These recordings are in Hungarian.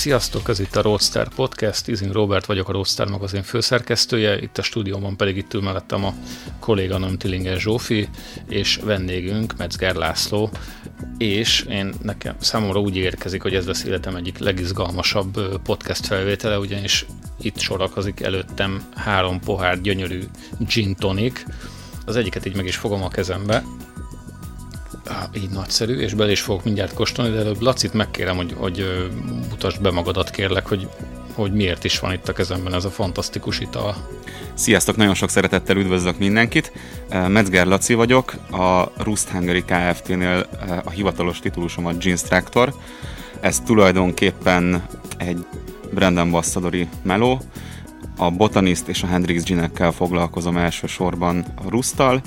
Sziasztok, ez itt a Roadstar Podcast, Izing Róbert vagyok, a Roadstar magazin főszerkesztője, itt a stúdióban pedig itt ül mellettem a kolléganőm Tillinger Zsófi, és vendégünk Metzger László, és számomra úgy érkezik, hogy ez lesz életem egyik legizgalmasabb podcast felvétele, ugyanis itt sorakozik előttem 3 pohár gyönyörű gin tonic, az egyiket így meg is fogom a kezembe, így nagyszerű, és bele is fogok mindjárt kóstolni, de előbb Lacit megkérem, hogy mutasd be magadat, kérlek, hogy miért is van itt a kezemben ez a fantasztikus ital. Sziasztok, nagyon sok szeretettel üdvözlök mindenkit. Metzger Laci vagyok, a Rust Hungary Kft-nél a hivatalos titulusom a Ginstructor. Ez tulajdonképpen egy brand ambassadori meló. A Botanist és a Hendrix ginekkel foglalkozom elsősorban a Rusttal.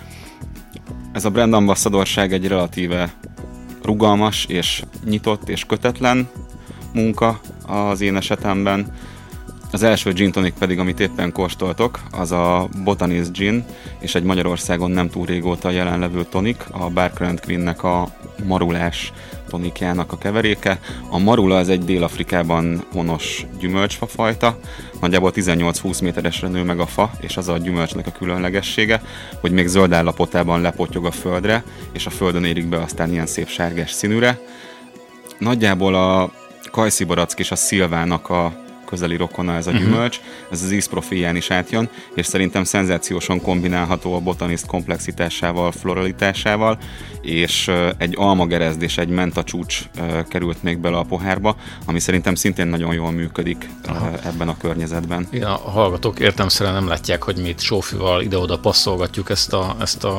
Ez a brand ambassadorság egy relatíve rugalmas és nyitott és kötetlen munka az én esetemben. Az első gin tonic pedig, amit éppen kóstoltok, az a Botanist gin, és egy Magyarországon nem túl régóta jelenlevő tonik, a Barker & Queennek a marulás tonikjának a keveréke. A marula az egy Dél-Afrikában honos gyümölcsfa fajta, nagyjából 18-20 méteresre nő meg a fa, és az a gyümölcsnek a különlegessége, hogy még zöld állapotában lepottyog a földre, és a földön érik be aztán ilyen szép sárgás színűre. Nagyjából a kajszibarack és a szilvának a közeli rokona ez a gyümölcs, ez az ízprofilján is átjön, és szerintem szenzációsan kombinálható a Botanist komplexitásával, floralitásával, és egy almagerezd és egy mentacsúcs került még bele a pohárba, ami szerintem szintén nagyon jól működik ebben a környezetben. Igen, a hallgatók értelemszerűen nem látják, hogy mi itt Zsófival ide-oda passzolgatjuk ezt a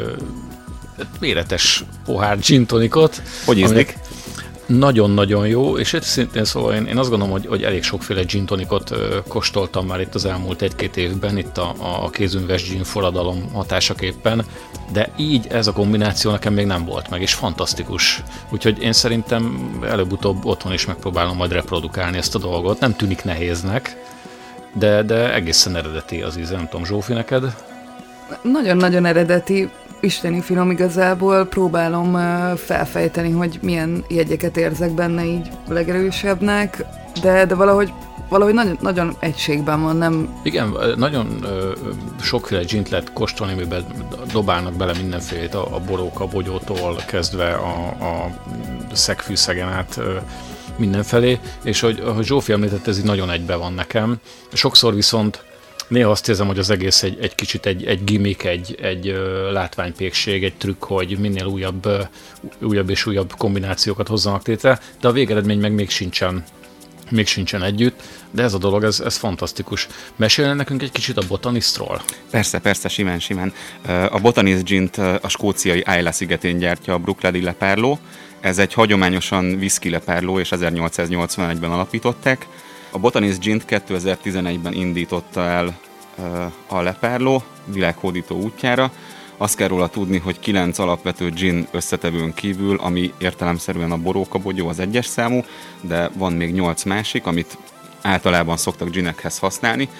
méretes pohár gin tonicot. Hogy ízlik? Nagyon-nagyon jó, és szintén szóval én azt gondolom, hogy elég sokféle gin tonicot kóstoltam már itt az elmúlt 1-2 évben, itt a kézműves gin forradalom hatásaképpen, de így ez a kombináció nekem még nem volt meg, és fantasztikus. Úgyhogy én szerintem előbb-utóbb otthon is megpróbálom majd reprodukálni ezt a dolgot. Nem tűnik nehéznek, de egészen eredeti az íze, nem tudom, Zsófi, neked? Nagyon-nagyon eredeti. Isteni finom igazából, próbálom felfejteni, hogy milyen jegyeket érzek benne így legerősebbnek, de valahogy nagyon, nagyon egységben van, nem... Igen, nagyon sokféle gint lehet kóstolni, amiben dobálnak bele mindenfélét, a boróka, bogyótól kezdve a szegfűszegen át mindenfelé, és hogy Zsófi említett, ez így nagyon egybe van nekem. Sokszor viszont néha azt érzem, hogy az egész egy kicsit egy gimmick, egy látványpékség, egy trükk, hogy minél újabb és újabb kombinációkat hozzanak létre, de a végeredmény meg még sincsen együtt, de ez a dolog, ez fantasztikus. Mesélj nekünk egy kicsit a Botanistról? Persze, simán. A Botanist gint a skóciai Islay szigetén gyártja a Bruichladdich lepárló. Ez egy hagyományosan whisky lepárló, és 1881-ben alapították. A Botanist gint 2011-ben indította el a lepárló világhódító útjára. Azt kell róla tudni, hogy 9 alapvető gin összetevőn kívül, ami értelemszerűen a borókabogyó az 1-es számú, de van még 8 másik, amit általában szoktak ginekhez használni.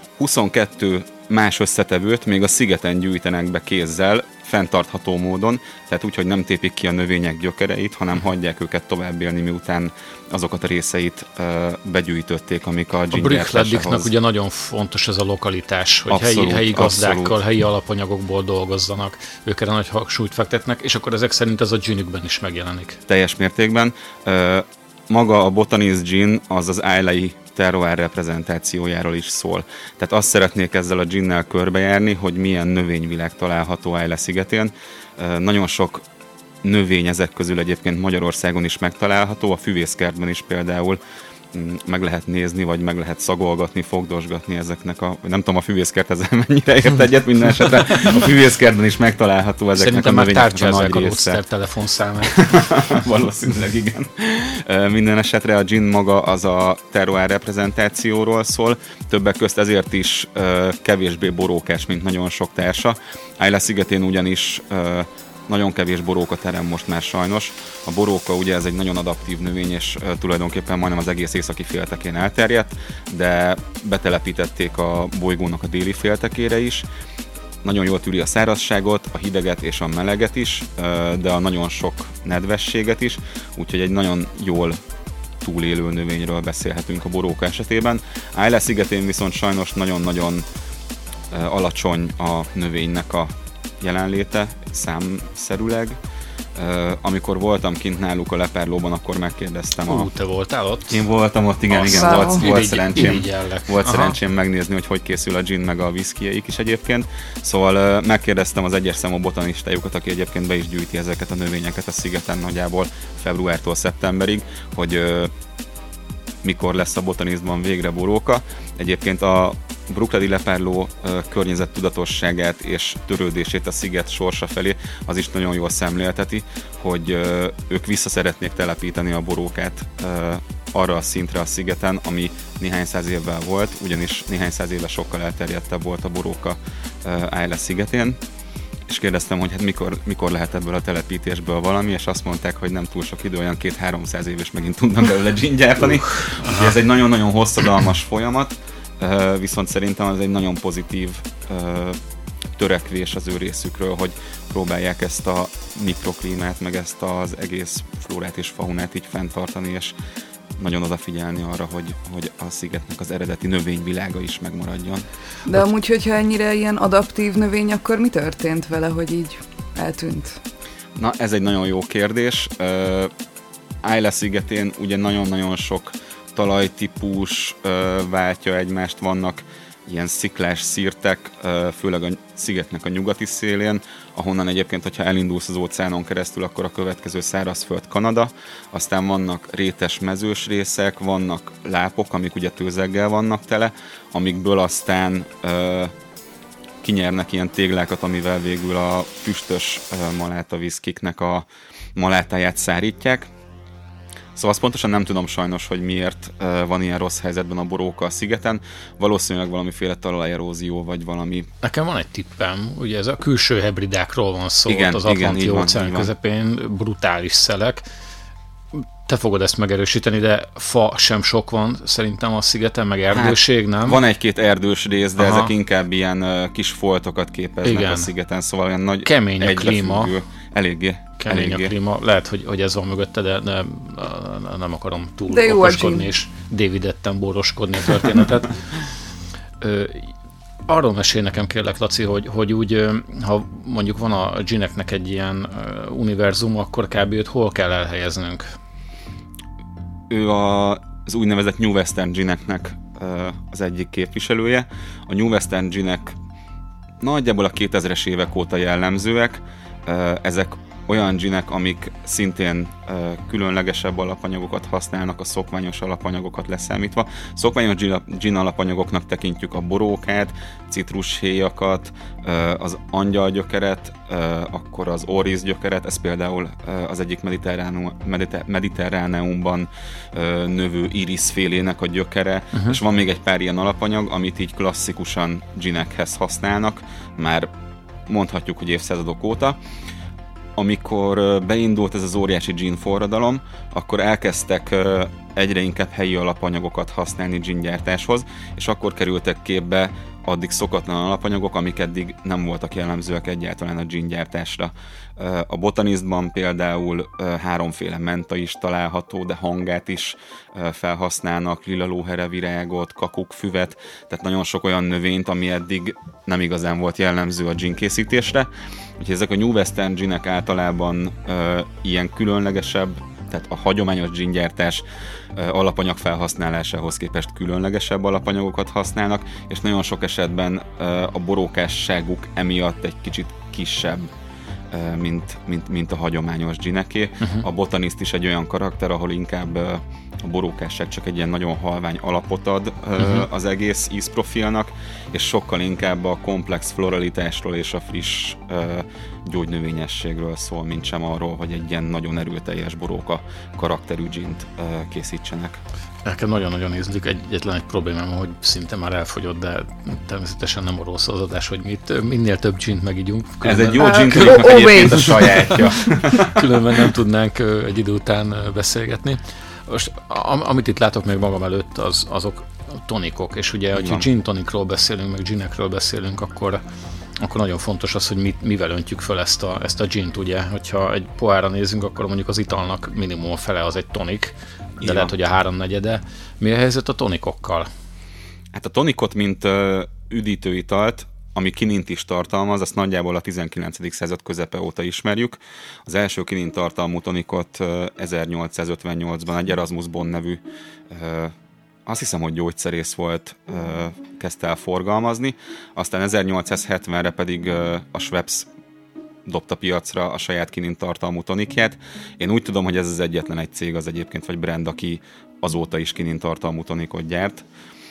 22 más összetevőt még a szigeten gyűjtenek be kézzel, fenntartható módon, tehát úgy, hogy nem tépik ki a növények gyökereit, hanem hagyják őket tovább élni, miután azokat a részeit begyűjtötték, amik a gin gyártásához. A Bruichladdich-nak ugye nagyon fontos ez a lokalitás, hogy helyi gazdákkal, helyi alapanyagokból dolgozzanak, ők erre nagy hangsúlyt fektetnek, és akkor ezek szerint ez a ginükben is megjelenik. Teljes mértékben. Maga a Botanist gin az Islay terroir reprezentációjáról is szól. Tehát azt szeretnék ezzel a ginnel körbejárni, hogy milyen növényvilág található Islay szigetén. Nagyon sok növény ezek közül egyébként Magyarországon is megtalálható, a füvészkertben is például meg lehet nézni, vagy meg lehet szagolgatni, fogdosgatni ezeknek a... Nem tudom, a füvészkert ezzel mennyire ért egyet, minden esetre a füvészkertben is megtalálható ezeknek a növényeknek a nagy része. Szerintem már telefonszámát. Valószínűleg igen. Minden esetre a gin maga az a terroir reprezentációról szól, többek közt ezért is kevésbé borókás, mint nagyon sok társa. Islay szigetén ugyanis nagyon kevés boróka terem most már sajnos. A boróka ugye ez egy nagyon adaptív növény, és tulajdonképpen majdnem az egész északi féltekén elterjedt, de betelepítették a bolygónak a déli féltekére is. Nagyon jól tűri a szárazságot, a hideget és a meleget is, de a nagyon sok nedvességet is, úgyhogy egy nagyon jól túlélő növényről beszélhetünk a boróka esetében. Islay szigetén viszont sajnos nagyon-nagyon alacsony a növénynek a jelenléte számszerűleg. Amikor voltam kint náluk a Leperlóban, akkor megkérdeztem te voltál ott? Én voltam ott, igen, volt szerencsém megnézni, hogy készül a gin meg a whisky-eik is egyébként. Szóval megkérdeztem az egyes számú botanistájukat, aki egyébként be is gyűjti ezeket a növényeket a szigeten nagyjából februártól szeptemberig, hogy mikor lesz a botanizmban végre boróka. Egyébként a Bruichladdich leperló környezet tudatosságát és törődését a sziget sorsa felé az is nagyon jól szemlélteti, hogy ők vissza szeretnék telepíteni a borókát arra a szintre a szigeten, ami néhány száz évvel volt, ugyanis néhány száz éve sokkal elterjedtebb volt a boróka Islay szigetén. És kérdeztem, hogy hát mikor lehet ebből a telepítésből valami, és azt mondták, hogy nem túl sok idő, olyan 200-300 év, és megint tudnak belőle gin gyártani. Úgyhogy ez egy nagyon-nagyon hosszadalmas folyamat, viszont szerintem ez egy nagyon pozitív törekvés az ő részükről, hogy próbálják ezt a mikroklímát, meg ezt az egész flórát és faunát így fenntartani, és nagyon odafigyelni arra, hogy a szigetnek az eredeti növényvilága is megmaradjon. De amúgy, hogyha ennyire ilyen adaptív növény, akkor mi történt vele, hogy így eltűnt? Na, ez egy nagyon jó kérdés. Islay szigetén ugye nagyon-nagyon sok talajtípus váltja egymást, vannak ilyen sziklás szirtek, főleg a szigetnek a nyugati szélén, ahonnan egyébként, hogyha elindulsz az óceánon keresztül, akkor a következő szárazföld Kanada, aztán vannak rétes mezős részek, vannak lápok, amik ugye tőzeggel vannak tele, amikből aztán kinyernek ilyen téglákat, amivel végül a füstös maláta viszkiknek a malátáját szárítják. Szóval azt pontosan nem tudom sajnos, hogy miért van ilyen rossz helyzetben a boróka a szigeten. Valószínűleg valamiféle talajerózió, vagy valami... Nekem van egy tippem, ugye ez a külső hebridákról van szó, igen, az Atlanti-óceán közepén, brutális szelek. Te fogod ezt megerősíteni, de fa sem sok van szerintem a szigeten, meg erdőség, nem? Van egy-két erdős rész, de ezek inkább ilyen kis foltokat képeznek, igen, a szigeten, szóval olyan nagy... Kemény a klíma. Eléggé. Kemény a klíma. Lehet, hogy ez van mögötte, de nem akarom túl okoskodni és David Attenborough-oskodni a történetet. Arról mesélj nekem kérlek, Laci, hogy úgy, ha mondjuk van a gineknek egy ilyen univerzum, akkor kb. Őt hol kell elhelyeznünk? Ő az úgynevezett New Western gineknek az egyik képviselője. A New Western ginek nagyjából a 2000-es évek óta jellemzőek. Ezek olyan ginek, amik szintén különlegesebb alapanyagokat használnak, a szokványos alapanyagokat leszámítva. Szokványos gin alapanyagoknak tekintjük a borókát, citrushéjakat, az angyalgyökeret, akkor az orizgyökeret, ez például az egyik mediterráneumban növő iriszfélének a gyökere, és van még egy pár ilyen alapanyag, amit így klasszikusan ginekhez használnak, már mondhatjuk, hogy évszázadok óta. Amikor beindult ez az óriási gin forradalom, akkor elkezdtek egyre inkább helyi alapanyagokat használni gingyártáshoz, és akkor kerültek képbe addig szokatlan alapanyagok, amik eddig nem voltak jellemzőek egyáltalán a gingyártásra. A botanizmban például háromféle menta is található, de hangát is felhasználnak, lila lóhere virágot, kakukfüvet, tehát nagyon sok olyan növényt, ami eddig nem igazán volt jellemző a gin készítésre. Úgyhogy ezek a New Western ginek általában ilyen különlegesebb, tehát a hagyományos gingyártás alapanyag felhasználásához képest különlegesebb alapanyagokat használnak, és nagyon sok esetben a borókásságuk emiatt egy kicsit kisebb, mint a hagyományos gineké. A botaniszt is egy olyan karakter, ahol inkább a borókásság csak egy ilyen nagyon halvány alapot ad az egész ízprofilnak, és sokkal inkább a komplex floralitásról és a friss gyógynövényességről szól, mint sem arról, hogy egy ilyen nagyon erőteljes boróka karakterű gint készítsenek. Nekem nagyon-nagyon ízlik, egyetlen egy problémám, hogy szinte már elfogyott, de természetesen nem arról szól az adás, hogy minél több gint megígyunk. Ez egy jó gin-kliniknak egyébként a sajátja. Különben nem tudnánk egy idő után beszélgetni. Most, amit itt látok még magam előtt, azok tonikok, és ugye, hogyha gin tonikról beszélünk, meg ginekről beszélünk, akkor nagyon fontos az, hogy mivel öntjük föl ezt a gint, ugye. Hogyha egy pohárra nézünk, akkor mondjuk az italnak minimum fele az egy tonik, de lehet, hogy a 3/4. Mi a helyzet a tonikokkal? Hát a tonikot, mint üdítőitalt, ami kinint is tartalmaz, azt nagyjából a 19. század közepe óta ismerjük. Az első kinin tartalmú tonikot 1858-ban egy Erasmus Bond nevű, azt hiszem, hogy gyógyszerész volt, kezdte el forgalmazni. Aztán 1870-re pedig a Schweppes dobta piacra a saját kinin tartalmú tonikját. Én úgy tudom, hogy ez az egyetlen egy cég az egyébként, vagy brand, aki azóta is kinin tartalmú tonikot gyárt.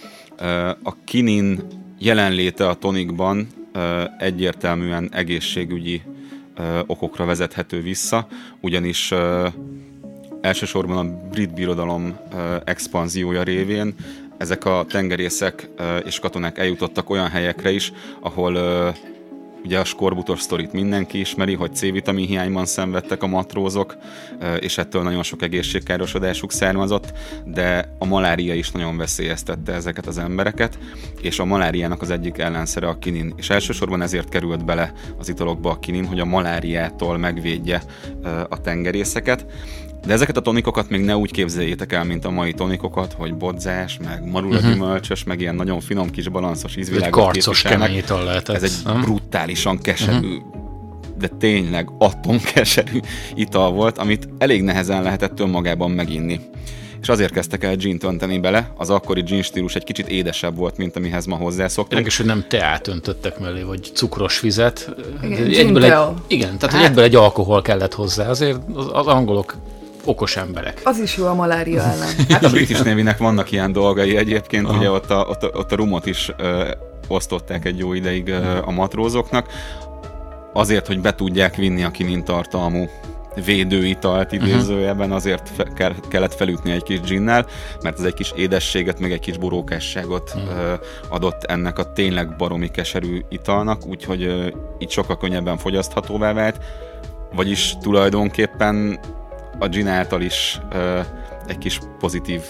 A kinin jelenléte a tonikban egyértelműen egészségügyi okokra vezethető vissza, ugyanis elsősorban a brit birodalom expanziója révén ezek a tengerészek és katonák eljutottak olyan helyekre is, ahol ugye a skorbutos sztorit mindenki ismeri, hogy C-vitamin hiányban szenvedtek a matrózok, és ettől nagyon sok egészségkárosodásuk származott, de a malária is nagyon veszélyeztette ezeket az embereket, és a maláriának az egyik ellenszere a kinin. És elsősorban ezért került bele az italokba a kinin, hogy a maláriától megvédje a tengerészeket. De ezeket a tonikokat még ne úgy képzeljétek el, mint a mai tonikokat, hogy bodzás, meg marula gyümölcsös, meg ilyen nagyon finom kis balanszos ízvilágot karcos kemény ital lehetett. Ez egy brutálisan keserű, de tényleg atomkeserű ital volt, amit elég nehezen lehetett önmagában meginni. És azért kezdtek el gint önteni bele, az akkori gin stílus egy kicsit édesebb volt, mint amihez ma hozzászoktunk. Érdekes, hogy nem teát öntöttek mellé, vagy cukros vizet. Igen, tehát egyből egy alkohol kellett hozzá, azért az angolok okos emberek. Az is jó a malária ellen. Hát a British Navy-nek vannak ilyen dolgai egyébként, ugye ott a rumot is osztották egy jó ideig a matrózoknak, azért, hogy be tudják vinni a kinin tartalmú védőitalt idézőjelben, azért kellett felütni egy kis ginnel, mert ez egy kis édességet, meg egy kis borókásságot adott ennek a tényleg baromi keserű italnak, úgyhogy így sokkal könnyebben fogyaszthatóvá vált, vagyis tulajdonképpen a gin által is egy kis pozitív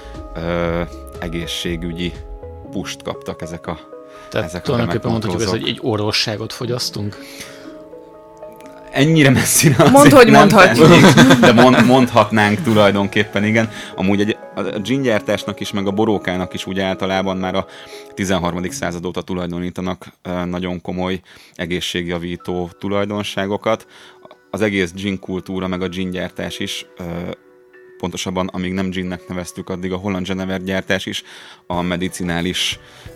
egészségügyi pust kaptak ezek a Tehát tulajdonképpen mondhatjuk, hogy egy orvosságot fogyasztunk? Ennyire messzire mondd, hogy mondhatjuk. De mondhatnánk tulajdonképpen, igen. Amúgy a gingyártásnak is, meg a borókának is úgy általában már a 13. század óta tulajdonítanak nagyon komoly egészségjavító tulajdonságokat. Az egész gin kultúra, meg a gingyártás is, pontosabban amíg nem ginnek neveztük, addig a Holland Genever gyártás is a medicinális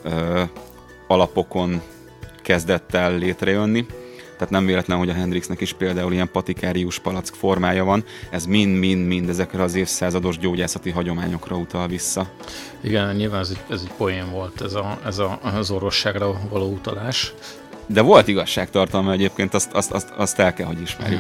alapokon kezdett el létrejönni. Tehát nem véletlen, hogy a Hendrixnek is például ilyen patikárius palack formája van. Ez mind ezekre az évszázados gyógyászati hagyományokra utal vissza. Igen, nyilván ez egy poén volt, az orvosságra való utalás. De volt igazságtartalma egyébként, azt el kell, hogy ismerjük.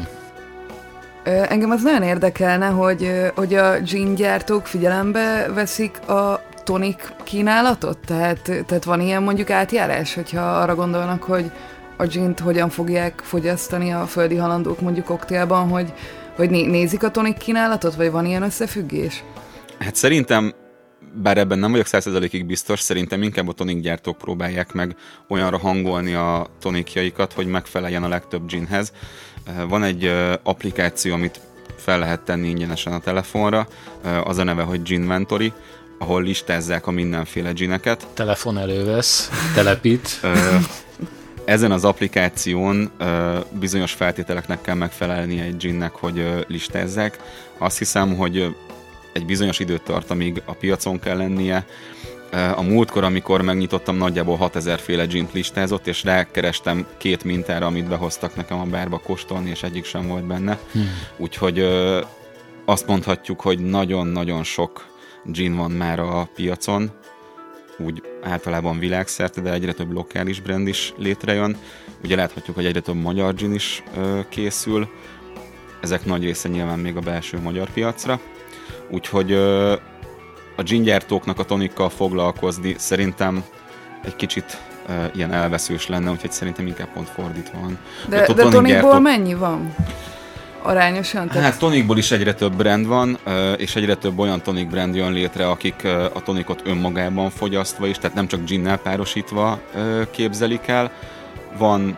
Engem az nagyon érdekelne, hogy a gin gyártók figyelembe veszik a tonik kínálatot? Tehát van ilyen mondjuk átjárás, hogyha arra gondolnak, hogy a gint hogyan fogják fogyasztani a földi halandók mondjuk koktélban, hogy nézik a tonik kínálatot, vagy van ilyen összefüggés? Hát szerintem, bár ebben nem vagyok 100%-ig biztos, szerintem inkább a tonikgyártók próbálják meg olyanra hangolni a tonikjaikat, hogy megfeleljen a legtöbb ginhez. Van egy applikáció, amit fel lehet tenni ingyenesen a telefonra, az a neve, hogy Ginventory, ahol listázzák a mindenféle gineket. Telefon elővesz, telepít. Ezen az applikáción bizonyos feltételeknek kell megfelelnie egy ginnek, hogy listázzák. Azt hiszem, hogy egy bizonyos időt tart, amíg a piacon kell lennie. A múltkor, amikor megnyitottam, nagyjából 6000 féle gint listázott, és rákerestem 2 mintára, amit behoztak nekem a bárba kóstolni, és egyik sem volt benne. Úgyhogy azt mondhatjuk, hogy nagyon-nagyon sok gin van már a piacon, úgy általában világszerte, de egyre több lokális brand is létrejön. Ugye láthatjuk, hogy egyre több magyar gin is készül. Ezek nagy része nyilván még a belső magyar piacra. Úgyhogy a gingyártóknak a tonikkal foglalkozni szerintem egy kicsit ilyen elveszős lenne, úgyhogy szerintem inkább pont fordítva van. De tonikból mennyi van? Arányosan? Hát tonikból is egyre több brand van, és egyre több olyan tonik brand jön létre, akik a tonikot önmagában fogyasztva is, tehát nem csak ginnel párosítva képzelik el. Van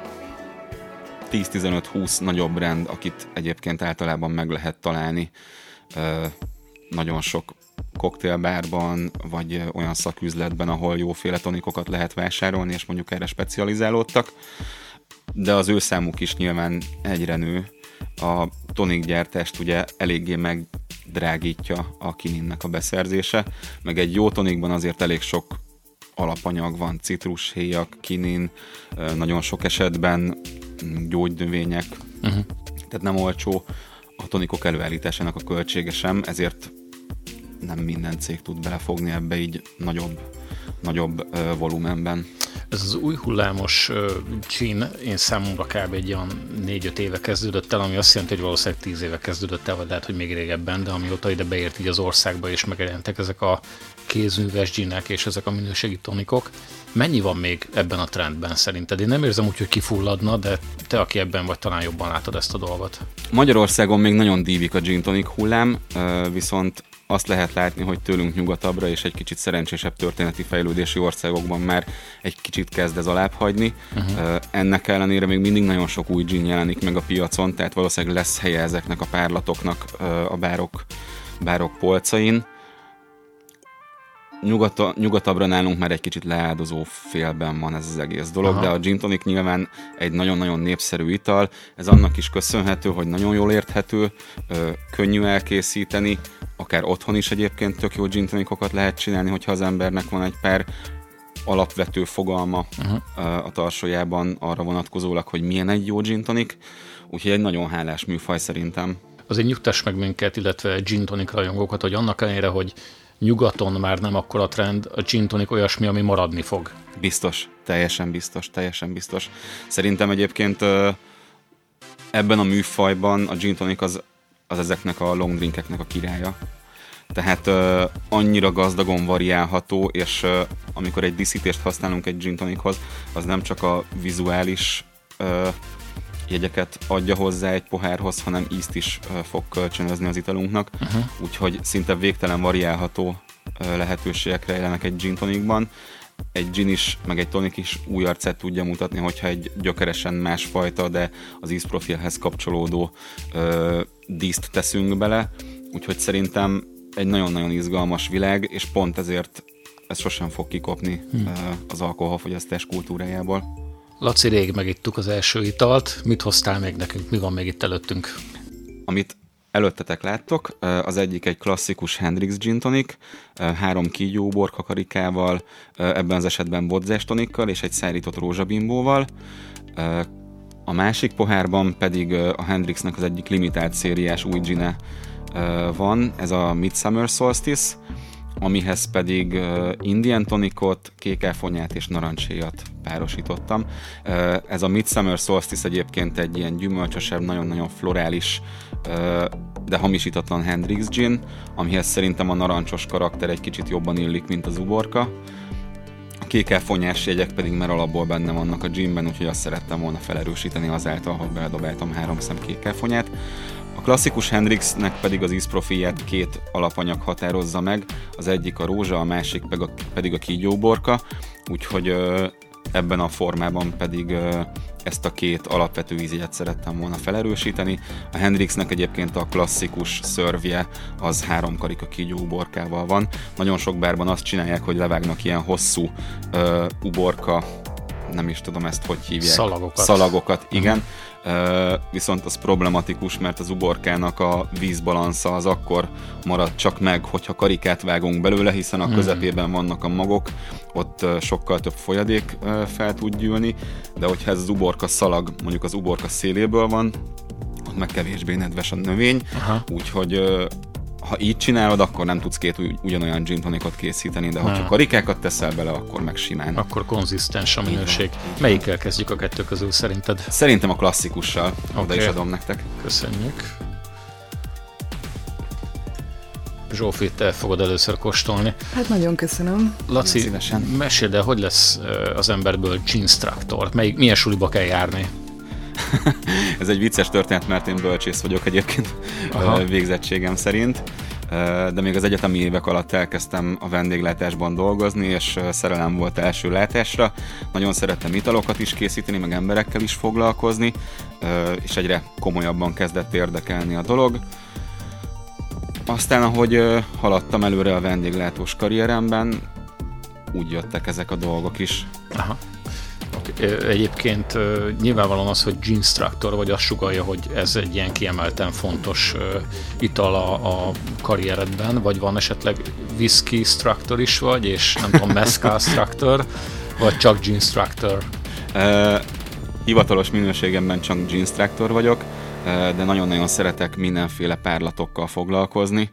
10-15-20 nagyobb brand, akit egyébként általában meg lehet találni nagyon sok koktélbárban, vagy olyan szaküzletben, ahol jóféle tonikokat lehet vásárolni, és mondjuk erre specializálódtak. De az ő számuk is nyilván egyre nő. A tonikgyártást ugye eléggé megdrágítja a kininnek a beszerzése, meg egy jó tonikban azért elég sok alapanyag van, citrus, héjak, kinin, nagyon sok esetben gyógynövények, tehát nem olcsó a tonikok előállításának a költsége sem, ezért nem minden cég tud belefogni ebbe így nagyobb volumenben. Ez az új hullámos gin, én számomra kb. Egy olyan 4-5 éve kezdődött el, ami azt jelenti, hogy valószínűleg 10 éve kezdődött el, vagy lehet, hogy még régebben, de amióta ide beért így az országba, és megjelentek ezek a kézműves ginek és ezek a minőségi tonikok. Mennyi van még ebben a trendben szerinted? Én nem érzem úgy, hogy kifulladna, de te, aki ebben vagy, talán jobban látod ezt a dolgot. Magyarországon még nagyon dívik a gin tonik hullám, viszont azt lehet látni, hogy tőlünk nyugatabbra és egy kicsit szerencsésebb történeti fejlődési országokban már egy kicsit kezd ez alább hagyni. Ennek ellenére még mindig nagyon sok új gin jelenik meg a piacon, tehát valószínűleg lesz helye ezeknek a párlatoknak a bárok polcain. Nyugatabbra nálunk már egy kicsit leáldozó félben van ez az egész dolog, de a gin tonic nyilván egy nagyon-nagyon népszerű ital, ez annak is köszönhető, hogy nagyon jól érthető, könnyű elkészíteni, akár otthon is egyébként tök jó gin tonicokat lehet csinálni, hogyha az embernek van egy pár alapvető fogalma a tarsójában arra vonatkozólag, hogy milyen egy jó gin tonic, úgyhogy egy nagyon hálás műfaj szerintem. Azért nyugtass meg minket, illetve gin tonic rajongókat, hogy annak ellenére, hogy nyugaton már nem akkora trend, a gin tonic olyasmi, ami maradni fog. Biztos, teljesen biztos. Szerintem egyébként ebben a műfajban a gin tonic az ezeknek a long drinkeknek a királya. Tehát annyira gazdagon variálható, és amikor egy díszítést használunk egy gin tonichoz, az nem csak a vizuális jegyeket adja hozzá egy pohárhoz, hanem ízt is fog kölcsönözni az italunknak. Úgyhogy szinte végtelen variálható lehetőségek rejlenek egy gin tonicban. Egy gin is, meg egy tonic is új arcát tudja mutatni, hogyha egy gyökeresen másfajta, de az ízprofilhez kapcsolódó díszt teszünk bele. Úgyhogy szerintem egy nagyon-nagyon izgalmas világ, és pont ezért ez sosem fog kikopni az alkoholfogyasztás kultúrájából. Laci, rég megittuk az első italt. Mit hoztál még nekünk? Mi van még itt előttünk? Amit előttetek láttok, az egyik egy klasszikus Hendrix gin tonic, 3 kígyó uborka karikával, ebben az esetben bodzás tonikkal és egy szárított rózsabimbóval. A másik pohárban pedig a Hendrixnek az egyik limitált szériás új gine van, ez a Midsummer Solstice, amihez pedig Indian tonicot, kékáfonyát és narancshéjat párosítottam. Ez a Midsummer Solstice egyébként egy ilyen gyümölcsösebb, nagyon-nagyon florális, de hamisítatlan Hendrix gin, amihez szerintem a narancsos karakter egy kicsit jobban illik, mint az uborka. A kékáfonyás jegyek pedig már alapból benne vannak a ginben, úgyhogy azt szerettem volna felerősíteni azáltal, hogy beledobáltam 3 szem kékáfonyát. A klasszikus Hendrixnek pedig az ízprofilját 2 alapanyag határozza meg, az egyik a rózsa, a másik pedig a kígyóuborka, úgyhogy ebben a formában pedig ezt a 2 alapvető ízjegyet szerettem volna felerősíteni. A Hendrixnek egyébként a klasszikus szörvje az 3 karika kígyóuborkával van. Nagyon sok bárban azt csinálják, hogy levágnak ilyen hosszú uborka, nem is tudom ezt hogy hívják. Szalagokat, igen. Viszont az problematikus, mert az uborkának a vízbalansza az akkor marad csak meg, hogyha karikát vágunk belőle, hiszen a közepében vannak a magok, ott sokkal több folyadék fel tud gyűlni, de hogyha ez az uborka szalag mondjuk az uborka széléből van, ott meg kevésbé nedves a növény, úgyhogy ha így csinálod, akkor nem tudsz 2 ugyanolyan gin tonicot készíteni, de hogyha karikákat teszel bele, akkor meg simán. Akkor konzisztens a minőség. Melyikkel kezdjük a 2 közül szerinted? Szerintem a klasszikussal. Oda is adom nektek. Köszönjük. Zsófi, te fogod először kóstolni. Hát nagyon köszönöm. Laci, meséld el, hogy lesz az emberből ginstructor? Milyen suliba kell járni? Ez egy vicces történet, mert én bölcsész vagyok egyébként végzettségem szerint, de még az egyetemi évek alatt elkezdtem a vendéglátásban dolgozni, és szerelem volt első látásra. Nagyon szerettem italokat is készíteni, meg emberekkel is foglalkozni, és egyre komolyabban kezdett érdekelni a dolog. Aztán, ahogy haladtam előre a vendéglátós karrieremben, úgy jöttek ezek a dolgok is. Aha. Egyébként nyilvánvalóan az, hogy Ginstructor, vagy azt sugallja, hogy ez egy ilyen kiemelten fontos ital a karrieredben, vagy van esetleg Whisky Structor is vagy, és nem tudom, Mezcal Structor, vagy csak Ginstructor? Hivatalos minőségemben csak Ginstructor vagyok, de nagyon-nagyon szeretek mindenféle párlatokkal foglalkozni.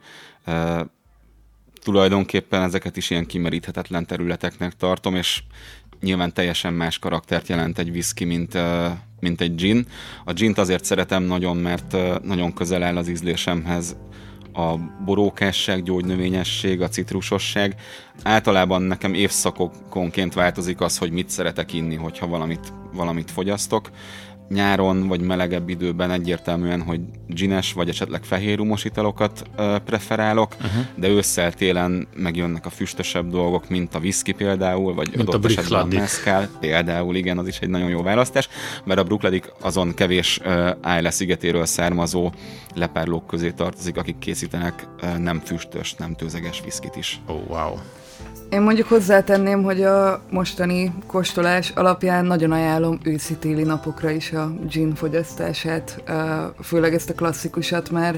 Tulajdonképpen ezeket is ilyen kimeríthetetlen területeknek tartom, és nyilván teljesen más karaktert jelent egy whisky, mint egy gin. A gint azért szeretem nagyon, mert nagyon közel áll az ízlésemhez a borókásság, gyógynövényesség, a citrusosság. Általában nekem évszakokonként változik az, hogy mit szeretek inni, hogyha valamit fogyasztok. Nyáron vagy melegebb időben egyértelműen, hogy gines vagy esetleg fehérrumos italokat preferálok, de ősszel-télen megjönnek a füstösebb dolgok, mint a whisky például, vagy adott esetben a mezcal például, igen, az is egy nagyon jó választás, mert a Bruichladdich azon kevés Islay szigetéről származó lepárlók közé tartozik, akik készítenek nem füstös, nem tőzeges whiskyt is. Oh, wow! Én mondjuk hozzátenném, hogy a mostani kóstolás alapján nagyon ajánlom őszi-téli napokra is a gin fogyasztását, főleg ezt a klasszikusat, mert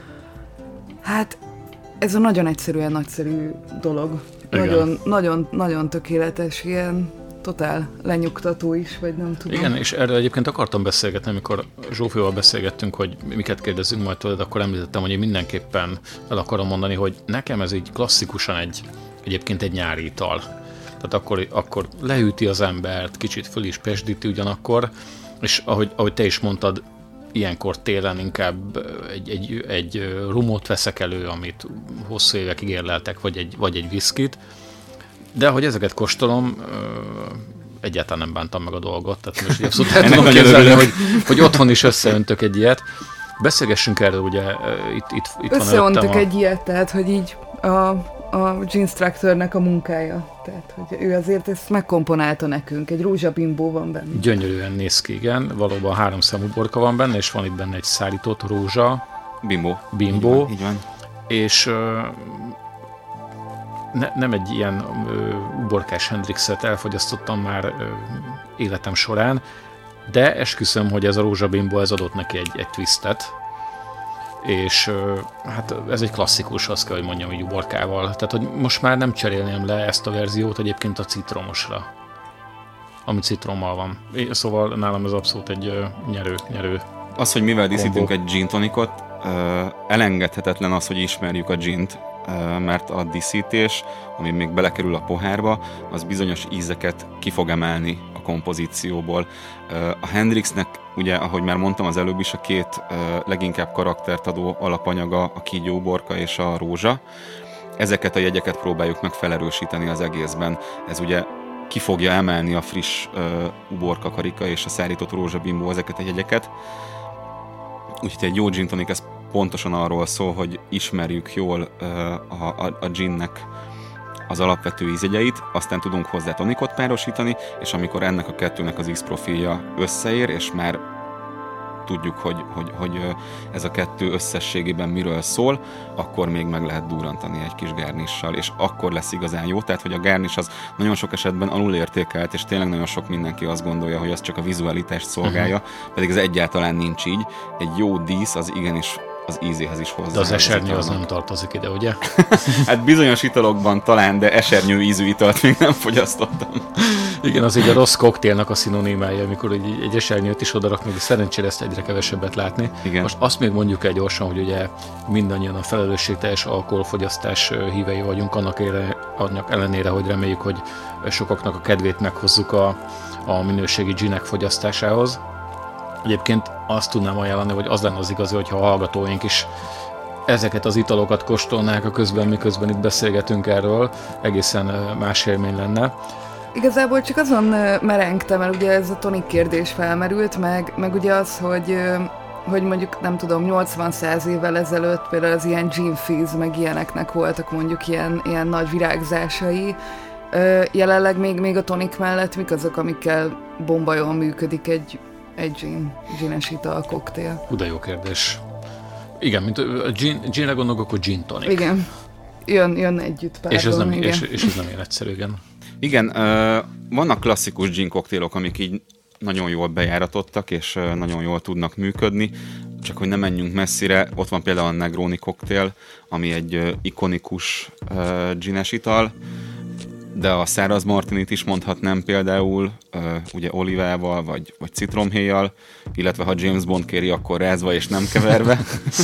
hát ez a nagyon egyszerűen nagyszerű dolog. Nagyon tökéletes, ilyen totál lenyugtató is, vagy nem tudom. Igen, és erről egyébként akartam beszélgetni, amikor Zsófival beszélgettünk, hogy miket kérdezzünk majd tőled, akkor említettem, hogy én mindenképpen el akarom mondani, hogy nekem ez így klasszikusan egyébként egy nyári ital. Tehát akkor leüti az embert, kicsit föl is pesdíti ugyanakkor, és ahogy te is mondtad, ilyenkor télen inkább egy rumot veszek elő, amit hosszú évekig érleltek, vagy egy viszkit. De ahogy ezeket kóstolom, egyáltalán nem bántam meg a dolgot. Tehát most abszolút el tudom képzelni, hogy otthon is összeöntök egy ilyet. Beszélgessünk erről, ugye itt van összeöntök egy ilyet, tehát hogy így a Ginstructornek a munkája. Tehát, hogy ő azért ezt megkomponálta nekünk. Egy rózsabimbó van benne. Gyönyörűen néz ki, igen. Valóban 3 számú borka van benne, és van itt benne egy szárított rózsa. Bimbó. Így van. És nem egy ilyen uborkás Hendrixet elfogyasztottam már életem során, de esküszöm, hogy ez a rózsabimbó ez adott neki egy twistet. És hát ez egy klasszikus, azt kell, hogy mondjam, hogy uborkával. Tehát, hogy most már nem cserélném le ezt a verziót egyébként a citromosra, ami citrommal van. Szóval nálam ez abszolút egy nyerő. Az, hogy mivel díszítünk egy gin tonicot, elengedhetetlen az, hogy ismerjük a gint, mert a díszítés, ami még belekerül a pohárba, az bizonyos ízeket ki fog emelni a kompozícióból. A Hendrixnek, ugye, ahogy már mondtam az előbb is, a 2 leginkább karaktert adó alapanyaga a kígyóuborka és a rózsa. Ezeket a jegyeket próbáljuk meg felerősíteni az egészben. Ez ugye ki fogja emelni a friss uborka karika és a szárított rózsabimbó ezeket a jegyeket. Úgyhogy egy jó gin tonic, ez pontosan arról szól, hogy ismerjük jól a ginnek az alapvető ízjegyeit, aztán tudunk hozzá tonikot párosítani, és amikor ennek a kettőnek az ízprofilja összeér, és már tudjuk, hogy ez a kettő összességében miről szól, akkor még meg lehet durrantani egy kis gárnissal, és akkor lesz igazán jó. Tehát, hogy a gárnis az nagyon sok esetben alulértékelt, és tényleg nagyon sok mindenki azt gondolja, hogy az csak a vizualitást szolgálja, pedig ez egyáltalán nincs így. Egy jó dísz az igenis az ízéhez is hozzá. De az esernyő az nem tartozik ide, ugye? Hát bizonyos italokban talán, de esernyő ízű italt még nem fogyasztottam. Igen, az így a rossz koktélnak a szinonimája, amikor egy esernyőt is odaraknak, de szerencsére ezt egyre kevesebbet látni. Igen. Most azt még mondjuk el gyorsan, hogy ugye mindannyian a felelősségteljes alkoholfogyasztás hívei vagyunk, annak ellenére, hogy reméljük, hogy sokaknak a kedvét meghozzuk a minőségi ginek fogyasztásához. Egyébként azt tudnám ajánlani, hogy az lenne az igazi, hogyha a hallgatóink is ezeket az italokat kóstolnák a közben, miközben itt beszélgetünk erről, egészen más élmény lenne. Igazából csak azon merengtem, mert ugye ez a tonik kérdés felmerült, meg ugye az, hogy mondjuk nem tudom, 80-100 évvel ezelőtt például az ilyen gin fizz, meg ilyeneknek voltak mondjuk ilyen nagy virágzásai. Jelenleg még a tonik mellett mik azok, amikkel bombajon működik egy gines ital koktél? De jó kérdés. Igen, mint a ginre gondolok, akkor gin tonic. Igen. Jön együtt párban. És ez nem ilyen egyszerű, igen. Igen, vannak klasszikus gin koktélok, amik így nagyon jól bejáratottak, és nagyon jól tudnak működni, csak hogy ne menjünk messzire, ott van például a Negroni koktél, ami egy ikonikus gines ital, de a száraz martinit is mondhatnám például, ugye olivával, vagy citromhéjjal, illetve ha James Bond kéri, akkor rázva és nem keverve.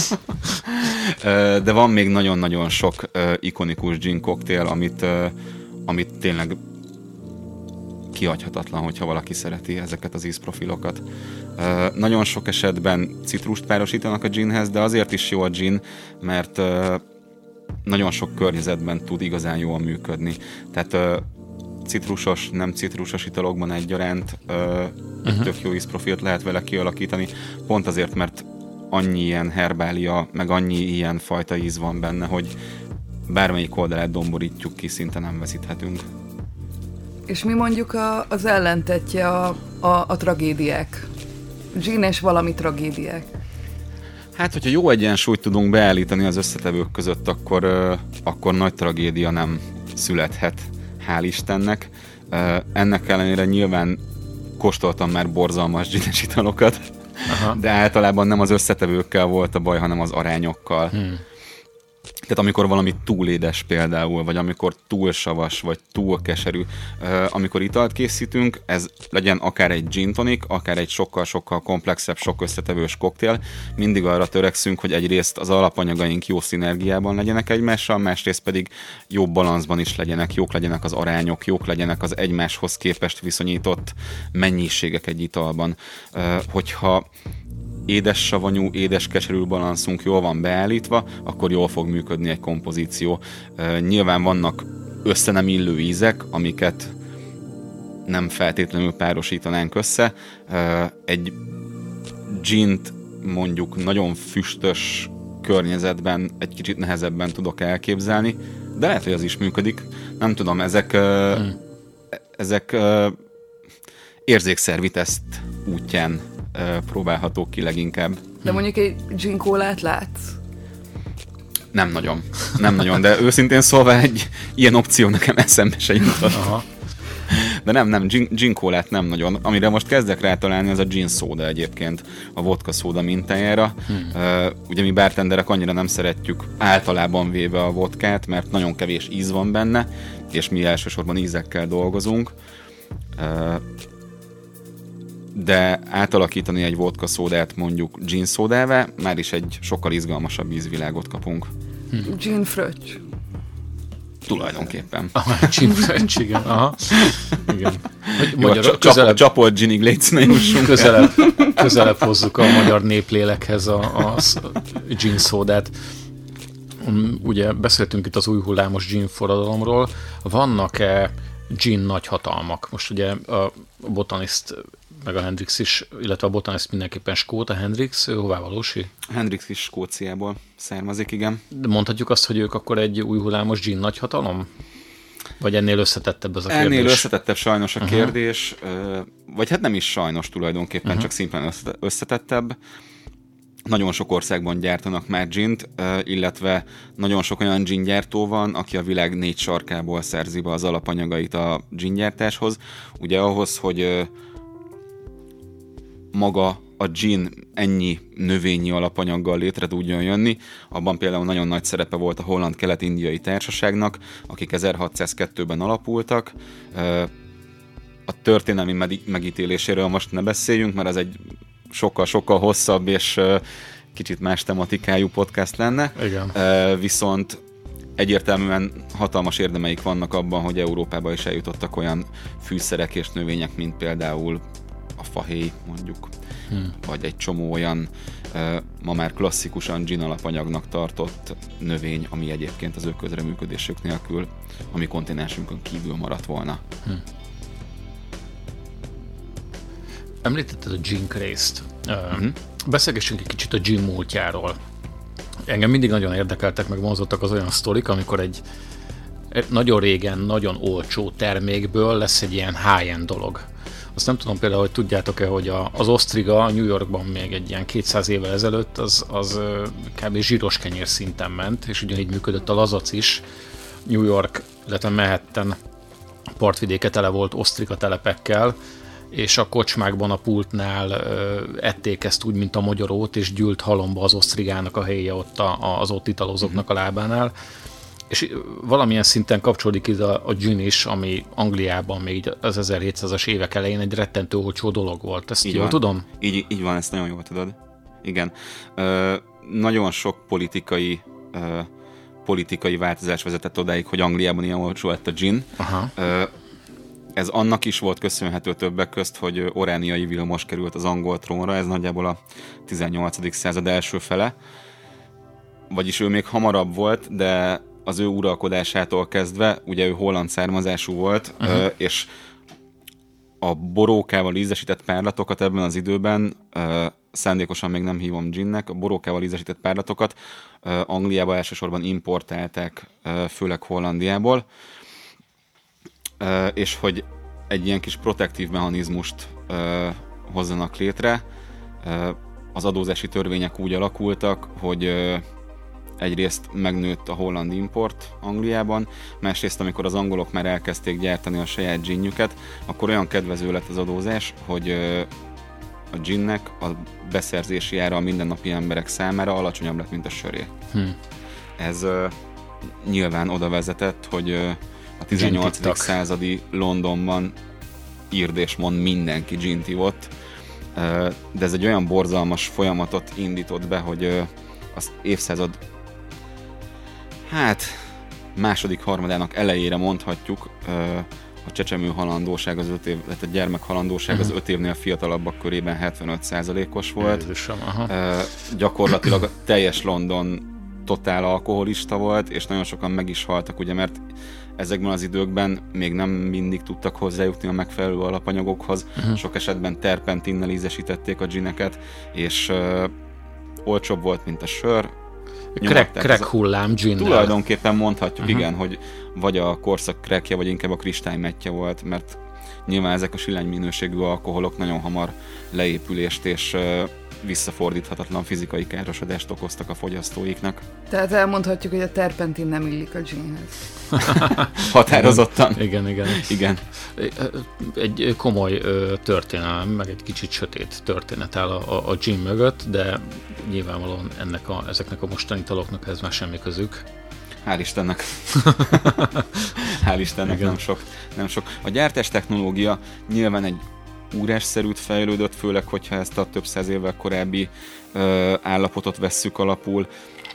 De van még nagyon-nagyon sok ikonikus gin koktél, amit tényleg kihagyhatatlan, hogyha valaki szereti ezeket az ízprofilokat. Nagyon sok esetben citrust párosítanak a ginhez, de azért is jó a gin, mert nagyon sok környezetben tud igazán jól működni. Tehát citrusos, nem citrusos italokban egyaránt tök jó ízprofilt lehet vele kialakítani, pont azért, mert annyi ilyen herbália, meg annyi ilyen fajta íz van benne, hogy bármelyik oldalát domborítjuk ki, szinte nem veszíthetünk. És mi mondjuk az ellentetje a tragédiák? Gin-es valami tragédiák. Hát, hogyha jó egyensúlyt tudunk beállítani az összetevők között, akkor nagy tragédia nem születhet, hál' Istennek. Ennek ellenére nyilván kóstoltam már borzalmas gines italokat, de általában nem az összetevőkkel volt a baj, hanem az arányokkal. Tehát amikor valami túl édes például, vagy amikor túl savas, vagy túl keserű, amikor italt készítünk, ez legyen akár egy gin tonic, akár egy sokkal-sokkal komplexebb, sok összetevős koktél, mindig arra törekszünk, hogy egyrészt az alapanyagaink jó szinergiában legyenek egymással, másrészt pedig jó balanszban is legyenek, jók legyenek az arányok, jók legyenek az egymáshoz képest viszonyított mennyiségek egy italban. Hogyha édes-savanyú, édes-keserű balanszunk jól van beállítva, akkor jól fog működni egy kompozíció. Nyilván vannak össze nem illő ízek, amiket nem feltétlenül párosítanánk össze. Egy gint mondjuk nagyon füstös környezetben egy kicsit nehezebben tudok elképzelni, de lehet, hogy az is működik. Nem tudom, ezek érzékszervi teszt útján próbálhatók ki leginkább. De mondjuk egy gin kólát látsz? Nem nagyon, de őszintén szólva egy ilyen opció nekem eszembe se jutott. De nem, gin kólát nem nagyon. Amire most kezdek rátalálni, az a gin szóda egyébként, a vodka szóda mintájára. Ugye mi bartenderek annyira nem szeretjük általában véve a vodkát, mert nagyon kevés íz van benne, és mi elsősorban ízekkel dolgozunk. De átalakítani egy vodka szódát mondjuk gin szódává, már is egy sokkal izgalmasabb ízvilágot kapunk. Gin fröccs. Tulajdonképpen. Gin fröccs, igen. Igen. Csapolt ginig létsz, ne jussunk közelebb hozzuk a magyar néplélekhez a gin szódát. Ugye beszéltünk itt az új hullámos gin forradalomról. Vannak-e gin nagyhatalmak? Most ugye a Botanist meg a Hendrix is, illetve a Botanist mindenképpen skót, a Hendrix, ő hová valósi? A Hendrix is Skóciából származik, igen. De mondhatjuk azt, hogy ők akkor egy új hullámos gin nagyhatalom? Vagy ennél összetettebb ez a kérdés? Ennél összetettebb sajnos a kérdés, vagy hát nem is sajnos tulajdonképpen, csak szimplán összetettebb. Nagyon sok országban gyártanak már gint, illetve nagyon sok olyan gingyártó van, aki a világ 4 sarkából szerzi be az alapanyagait a gingyártáshoz. Ugye ahhoz, hogy maga a gin ennyi növényi alapanyaggal létre tudjon jönni, abban például nagyon nagy szerepe volt a Holland Kelet-Indiai Társaságnak, akik 1602-ben alapultak. A történelmi megítéléséről most ne beszéljünk, mert ez egy sokkal-sokkal hosszabb és kicsit más tematikájú podcast lenne. Igen. Viszont egyértelműen hatalmas érdemeik vannak abban, hogy Európába is eljutottak olyan fűszerek és növények, mint például a fahéj mondjuk, vagy egy csomó olyan ma már klasszikusan gin alapanyagnak tartott növény, ami egyébként az ő közreműködésük nélkül a mi kontinensünkön kívül maradt volna. Említetted a gin craze-t. Beszélgessünk egy kicsit a gin múltjáról. Engem mindig nagyon érdekeltek, meg vonzottak az olyan sztorik, amikor egy nagyon régen, nagyon olcsó termékből lesz egy ilyen high-end dolog. Azt nem tudom például, hogy tudjátok-e, hogy az osztriga New Yorkban még egy ilyen 200 évvel ezelőtt az kb. Zsíros kenyér szinten ment, és ugyanígy működött a lazac is. New York, illetve Manhattan partvidéke tele volt osztrika telepekkel, és a kocsmákban a pultnál ették ezt úgy, mint a mogyorót, és gyűlt halomba az osztrigának a helye ott az ott italozóknak a lábánál. És valamilyen szinten kapcsolódik ide a gin is, ami Angliában még az 1700-as évek elején egy rettentő olcsó dolog volt. Ezt jól tudom? Így van, ezt nagyon jól tudod. Igen. Nagyon sok politikai változás vezetett odáig, hogy Angliában ilyen olcsó lett a gin. Aha. Ez annak is volt köszönhető többek közt, hogy Orániai Vilmos került az angol trónra, ez nagyjából a 18. század első fele. Vagyis ő még hamarabb volt, de az ő uralkodásától kezdve, ugye ő holland származású volt, és a borókával ízesített párlatokat ebben az időben, szándékosan még nem hívom ginnek, a borókával ízesített párlatokat Angliába elsősorban importálták, főleg Hollandiából, és hogy egy ilyen kis protektív mechanizmust hozzanak létre. Az adózási törvények úgy alakultak, hogy egyrészt megnőtt a holland import Angliában, másrészt amikor az angolok már elkezdték gyártani a saját ginjüket, akkor olyan kedvező lett az adózás, hogy a ginnek a beszerzési ára a mindennapi emberek számára alacsonyabb lett, mint a söré. Ez nyilván oda vezetett, hogy a 18. századi Londonban írd és mond mindenki gint ivott, de ez egy olyan borzalmas folyamatot indított be, hogy az évszázad második harmadának elejére mondhatjuk, a csecsemő halandóság, az 5 év, tehát a gyermek halandóság az 5 évnél fiatalabbak körében 75%-os volt. Gyakorlatilag a teljes London totál alkoholista volt, és nagyon sokan meg is haltak, ugye, mert ezekben az időkben még nem mindig tudtak hozzájutni a megfelelő alapanyagokhoz. Sok esetben terpentinnel ízesítették a gineket, és olcsóbb volt, mint a sör. Crack hullám ginnel. Tulajdonképpen mondhatjuk, igen, hogy vagy a korszak crackje, vagy inkább a kristálymetje volt, mert nyilván ezek a silány minőségű alkoholok nagyon hamar leépülést és visszafordíthatatlan fizikai károsodást okoztak a fogyasztóiknak. Tehát elmondhatjuk, hogy a terpentin nem illik a ginhez. Határozottan. Igen. Egy komoly történelem, meg egy kicsit sötét történet áll a gin mögött, de nyilvánvalóan ezeknek a mostani italoknak ez már semmi közük. Hál' Istennek. Hál' Istennek, nem sok. A gyártás technológia nyilván egy úrásszerűt fejlődött, főleg, hogyha ezt a több száz évvel korábbi állapotot vesszük alapul.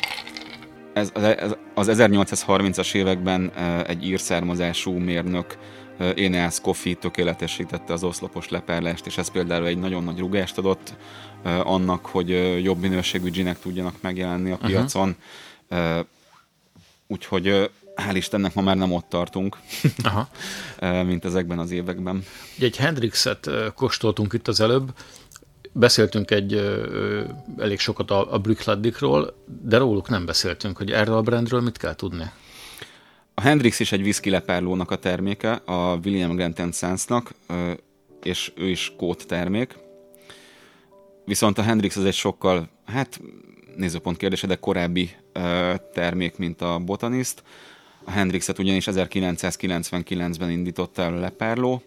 Az 1830-as években egy ír származású mérnök, Eneas Coffey tökéletesítette az oszlopos lepárlást, és ez például egy nagyon nagy rugást adott annak, hogy jobb minőségű ginek tudjanak megjelenni a piacon. Úgyhogy hál' Istennek ma már nem ott tartunk, mint ezekben az években. Egy Hendrixet kóstoltunk itt az előbb, beszéltünk elég sokat a Bruichladdikról, de róluk nem beszéltünk, hogy erről a brandről mit kell tudni? A Hendrix is egy whisky lepárlónak a terméke, a William Grant & Sons-nak, és ő is kód termék. Viszont a Hendrix az egy sokkal, nézőpont kérdése, de korábbi termék, mint a Botanist. A Hendrixet ugyanis 1999-ben indította el a lepárló.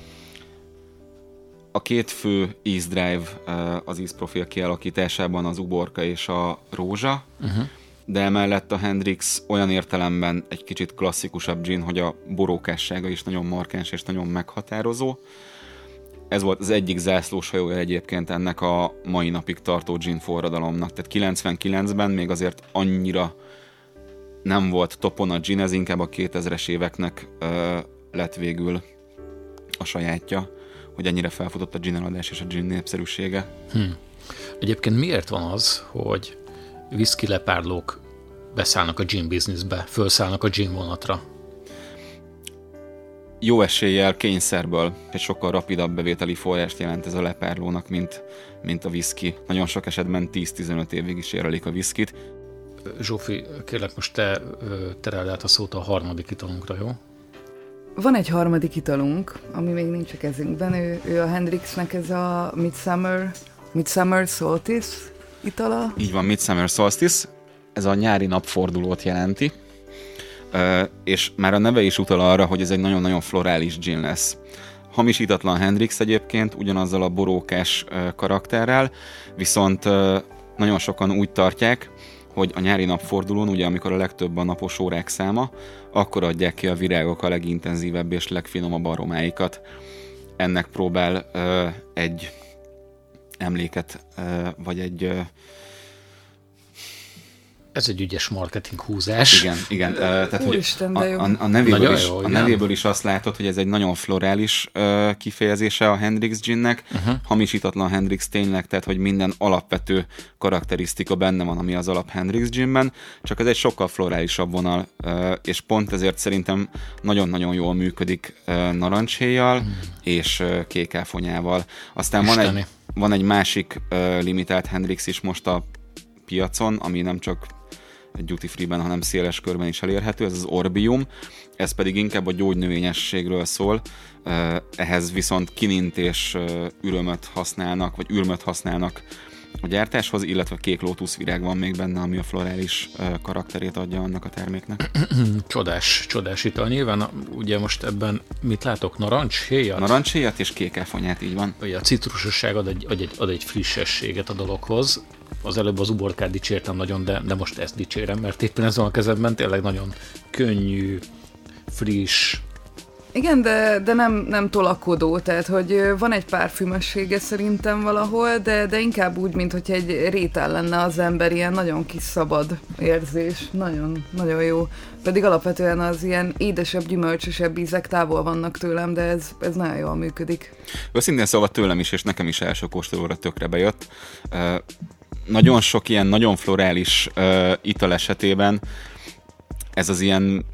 A két fő ízdrive az ízprofil kialakításában az uborka és a rózsa, de emellett a Hendrix olyan értelemben egy kicsit klasszikusabb gin, hogy a borókássága is nagyon markáns és nagyon meghatározó. Ez volt az egyik zászlóshajója egyébként ennek a mai napig tartó gin forradalomnak. Tehát 99-ben még azért annyira nem volt topon a gin, ez inkább a 2000-es éveknek lett végül a sajátja, hogy ennyire felfutott a gin eladás és a gin népszerűsége. Egyébként miért van az, hogy whisky lepárlók beszállnak a gin bizniszbe, felszállnak a gin vonatra? Jó eséllyel kényszerből egy sokkal rapidabb bevételi forrást jelent ez a lepárlónak, mint a whisky. Nagyon sok esetben 10-15 évig is érelik a whiskyt. Zsófi, kérlek most te tereld át a szót a harmadik italunkra, jó? Van egy harmadik italunk, ami még nincs a kezünkben, ő a Hendrixnek ez a Midsummer Solstice itala. Így van, Midsummer Solstice, ez a nyári napfordulót jelenti, és már a neve is utal arra, hogy ez egy nagyon-nagyon florális gin lesz. Hamisítatlan Hendrix egyébként, ugyanazzal a borókás karakterrel, viszont nagyon sokan úgy tartják, hogy a nyári napfordulón, ugye amikor a legtöbb a napos órák száma, akkor adják ki a virágok a legintenzívebb és legfinomabb aromáikat. Ennek próbál egy emléket, vagy egy... Ez egy ügyes marketing húzás. Igen. Tehát, Úristen, a nevéből is azt látod, hogy ez egy nagyon florális kifejezése a Hendrix ginnek. Hamisítatlan Hendrix tényleg, tehát hogy minden alapvető karakterisztika benne van, ami az alap Hendrix ginben, csak ez egy sokkal florálisabb vonal, és pont ezért szerintem nagyon-nagyon jól működik narancshéjjal és kékáfonyával. Aztán van egy másik limitált Hendrix is most a piacon, ami nem csak duty free-ben, hanem széles körben is elérhető, ez az Orbium, ez pedig inkább a gyógynövényességről szól, ehhez viszont kinint és ürömöt használnak a gyártáshoz, illetve kék lótuszvirág van még benne, ami a florális karakterét adja annak a terméknek. Csodás ital. Nyilván ugye most ebben mit látok? Narancshéjat? Narancshéjat és kékáfonyát, így van. Ugye a citrusosság ad egy frissességet a dologhoz. Az előbb az uborkát dicsértem nagyon, de most ezt dicsérem, mert éppen ez van a kezemben, tényleg nagyon könnyű, friss. Igen, de nem tolakodó, tehát hogy van egy parfümössége szerintem valahol, de inkább úgy, mint hogyha egy rétál lenne az ember, ilyen nagyon kis szabad érzés, nagyon, nagyon jó. Pedig alapvetően az ilyen édesebb, gyümölcsösebb ízek távol vannak tőlem, de ez nagyon jól működik. Őszintén szóval tőlem is, és nekem is első kóstolóra tökre bejött. Nagyon sok ilyen nagyon florális ital esetében ez az ilyen,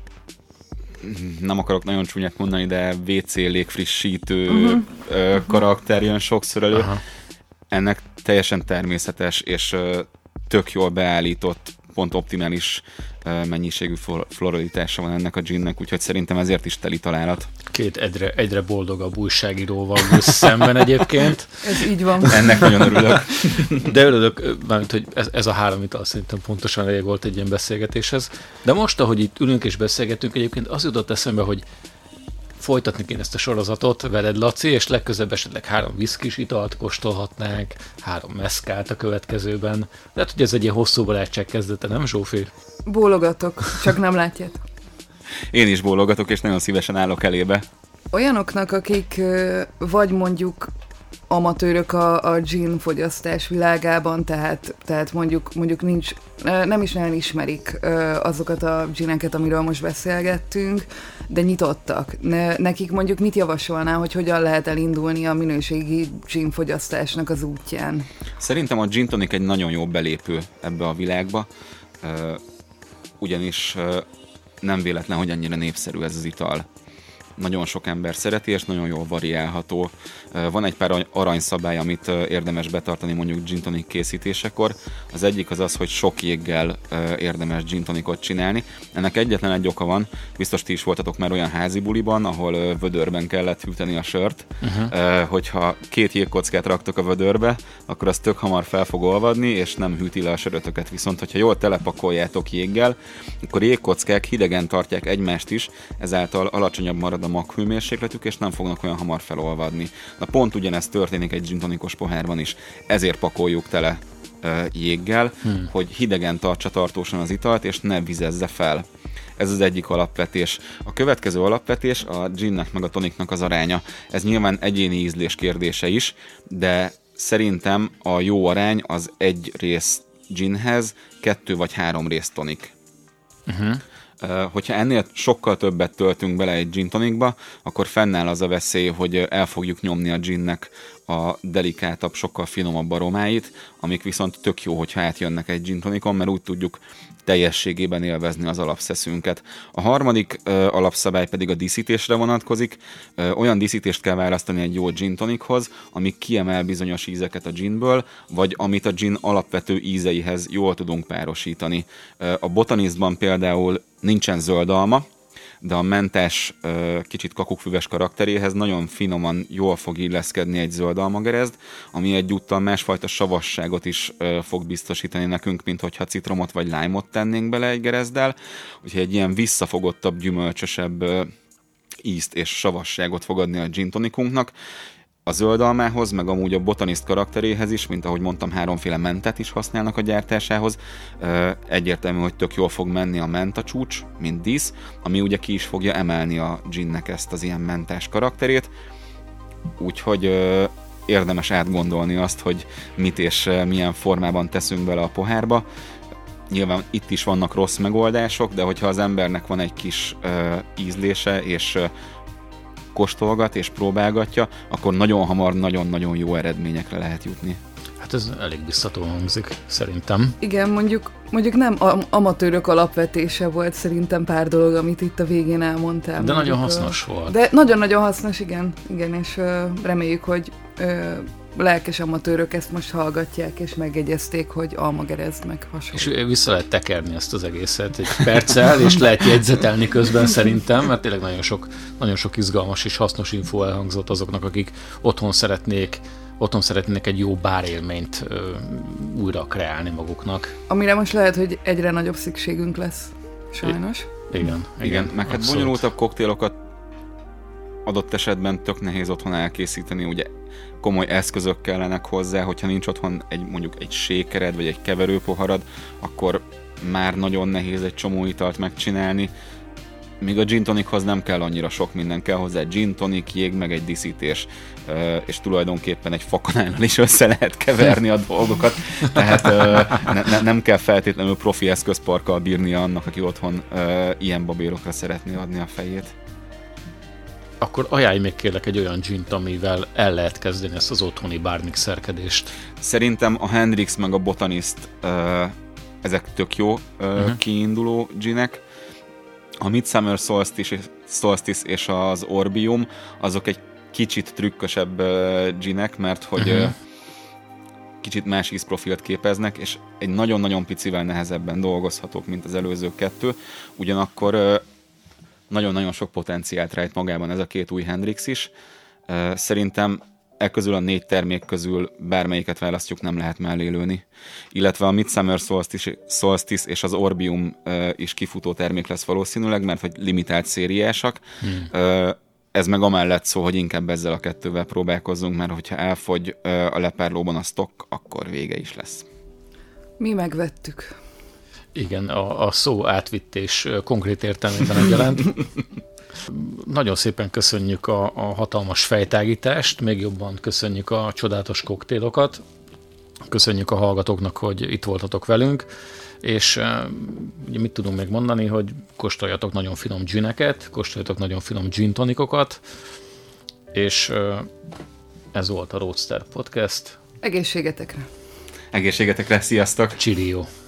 nem akarok nagyon csúnyát mondani, de WC légfrissítő karakter jön sokszor elő. Ennek teljesen természetes és tök jól beállított, pont optimális mennyiségű floralitása van ennek a ginnek, úgyhogy szerintem ezért is teli találat. Két egyre boldogabb újságíróval szemben egyébként. Ez így van. Ennek nagyon örülök. De örülök, mármint, hogy ez a három ital szerintem pontosan elég volt egy ilyen beszélgetéshez. De most, ahogy itt ülünk és beszélgetünk, egyébként az jutott eszembe, hogy folytatni kéne ezt a sorozatot veled, Laci, és legközelebb esetleg 3 viszkis italt kóstolhatnánk, 3 meszkált a következőben. Lehet, hogy ez egy ilyen hosszú barátság kezdete, nem, Zsófi? Bólogatok, csak nem látjátok. Én is bólogatok, és nagyon szívesen állok elébe. Olyanoknak, akik vagy mondjuk amatőrök a gin fogyasztás világában, tehát mondjuk nincs, nem is nagyon ismerik azokat a gineket, amiről most beszélgettünk, de nyitottak. Nekik mondjuk mit javasolnál, hogy hogyan lehet elindulni a minőségi gin fogyasztásnak az útján? Szerintem a gin tonic egy nagyon jó belépő ebbe a világba, ugyanis nem véletlen, hogy ennyire népszerű ez az ital. Nagyon sok ember szereti, és nagyon jól variálható. Van egy pár aranyszabály, amit érdemes betartani mondjuk gin tonic készítésekor. Az egyik az, hogy sok jéggel érdemes gin tonicot csinálni. Ennek egyetlen egy oka van, biztos ti is voltatok már olyan házi buliban, ahol vödörben kellett hűteni a sört. Hogyha 2 jégkockát raktok a vödörbe, akkor az tök hamar fel fog olvadni, és nem hűti le a sörötöket. Viszont, hogyha jól telepakoljátok jéggel, akkor jégkockák hidegen tartják egymást is, ezáltal alacsonyabb marad a maghőmérsékletük, és nem fognak olyan hamar felolvadni. Na pont ugyanezt történik egy gin tonicos pohárban is. Ezért pakoljuk tele jéggel, hogy hidegen tartsa tartósan az italt, és ne vizezze fel. Ez az egyik alapvetés. A következő alapvetés a ginnek meg a toniknak az aránya. Ez nyilván egyéni ízlés kérdése is, de szerintem a jó arány az 1 rész ginhez 2 vagy 3 rész tonik. Hogyha ennél sokkal többet töltünk bele egy gin tonicba, akkor fennáll az a veszély, hogy el fogjuk nyomni a ginnek a delikátabb, sokkal finomabb aromáit, amik viszont tök jó, hogyha átjönnek egy gin tonicon, mert úgy tudjuk teljességében élvezni az alapszeszünket. A harmadik alapszabály pedig a díszítésre vonatkozik. Olyan díszítést kell választani egy jó gin tonichoz, ami kiemel bizonyos ízeket a ginből, vagy amit a gin alapvető ízeihez jól tudunk párosítani. A Botanistban például nincsen zöld alma, de a mentás kicsit kakukfüves karakteréhez nagyon finoman jól fog illeszkedni egy zöld almagerezd, ami egyúttal másfajta savasságot is fog biztosítani nekünk, mint hogyha citromot vagy lime-ot tennénk bele egy gerezdel, úgyhogy egy ilyen visszafogottabb, gyümölcsösebb ízt és savasságot fog adni a gin tonikunknak. A zöld almához, meg amúgy a botanist karakteréhez is, mint ahogy mondtam, 3 mentet is használnak a gyártásához. Egyértelmű, hogy tök jól fog menni a menta csúcs, mint dísz, ami ugye ki is fogja emelni a ginnek ezt az ilyen mentás karakterét. Úgyhogy érdemes átgondolni azt, hogy mit és milyen formában teszünk bele a pohárba. Nyilván itt is vannak rossz megoldások, de hogyha az embernek van egy kis ízlése, és kóstolgat és próbálgatja, akkor nagyon hamar nagyon-nagyon jó eredményekre lehet jutni. Hát ez elég biztató hangzik, szerintem. Igen, mondjuk nem amatőrök alapvetése volt szerintem pár dolog, amit itt a végén elmondtál. De nagyon hasznos volt. De nagyon-nagyon hasznos, igen, és reméljük, hogy lelkes amatőrök ezt most hallgatják, és megegyezték, hogy almagerezd meg hasonló. És vissza lehet tekerni ezt az egészet egy perccel, és lehet jegyzetelni közben szerintem, mert tényleg nagyon sok izgalmas és hasznos info elhangzott azoknak, akik otthon szeretnének egy jó bárélményt újra kreálni maguknak. Amire most lehet, hogy egyre nagyobb szükségünk lesz, sajnos. Igen, meg hát bonyolultabb koktélokat adott esetben tök nehéz otthon elkészíteni, ugye komoly eszközök kellenek hozzá, hogyha nincs otthon mondjuk egy sékered, vagy egy keverőpoharad, akkor már nagyon nehéz egy csomó italt megcsinálni. Míg a gin tonichoz nem kell annyira sok minden, kell hozzá gin tonic, jég, meg egy díszítés, és tulajdonképpen egy fakanállal is össze lehet keverni a dolgokat, tehát nem kell feltétlenül profi eszközparkkal bírnia annak, aki otthon ilyen babérokra szeretné adni a fejét. Akkor ajánlj még kérlek egy olyan gint, amivel el lehet kezdeni ezt az otthoni bármixerkedést. Szerintem a Hendrix meg a Botanist ezek tök jó kiinduló ginek. A Midsummer Solstice és az Orbium azok egy kicsit trükkösebb ginek, mert hogy kicsit más ízprofilt képeznek, és egy nagyon-nagyon picivel nehezebben dolgozhatók, mint az előző kettő. Ugyanakkor nagyon-nagyon sok potenciált rejt magában ez a két új Hendrix is. Szerintem közül a 4 termék közül bármelyiket választjuk, nem lehet mellé lőni. Illetve a Midsummer Solstice és az Orbium is kifutó termék lesz valószínűleg, mert hogy limitált szériásak. Ez meg amellett szól, hogy inkább ezzel a kettővel próbálkozzunk, mert hogyha elfogy a lepárlóban a sztok, akkor vége is lesz. Mi megvettük. Igen, a szó átvitt és konkrét értelmében egyaránt. Nagyon szépen köszönjük a hatalmas fejtágítást, még jobban köszönjük a csodálatos koktélokat, köszönjük a hallgatóknak, hogy itt voltatok velünk, és ugye mit tudunk még mondani, hogy kóstoljatok nagyon finom gineket, kóstoljatok nagyon finom gin tonikokat, és ez volt a Roadster Podcast. Egészségetekre! Egészségetekre, sziasztok! Csilió!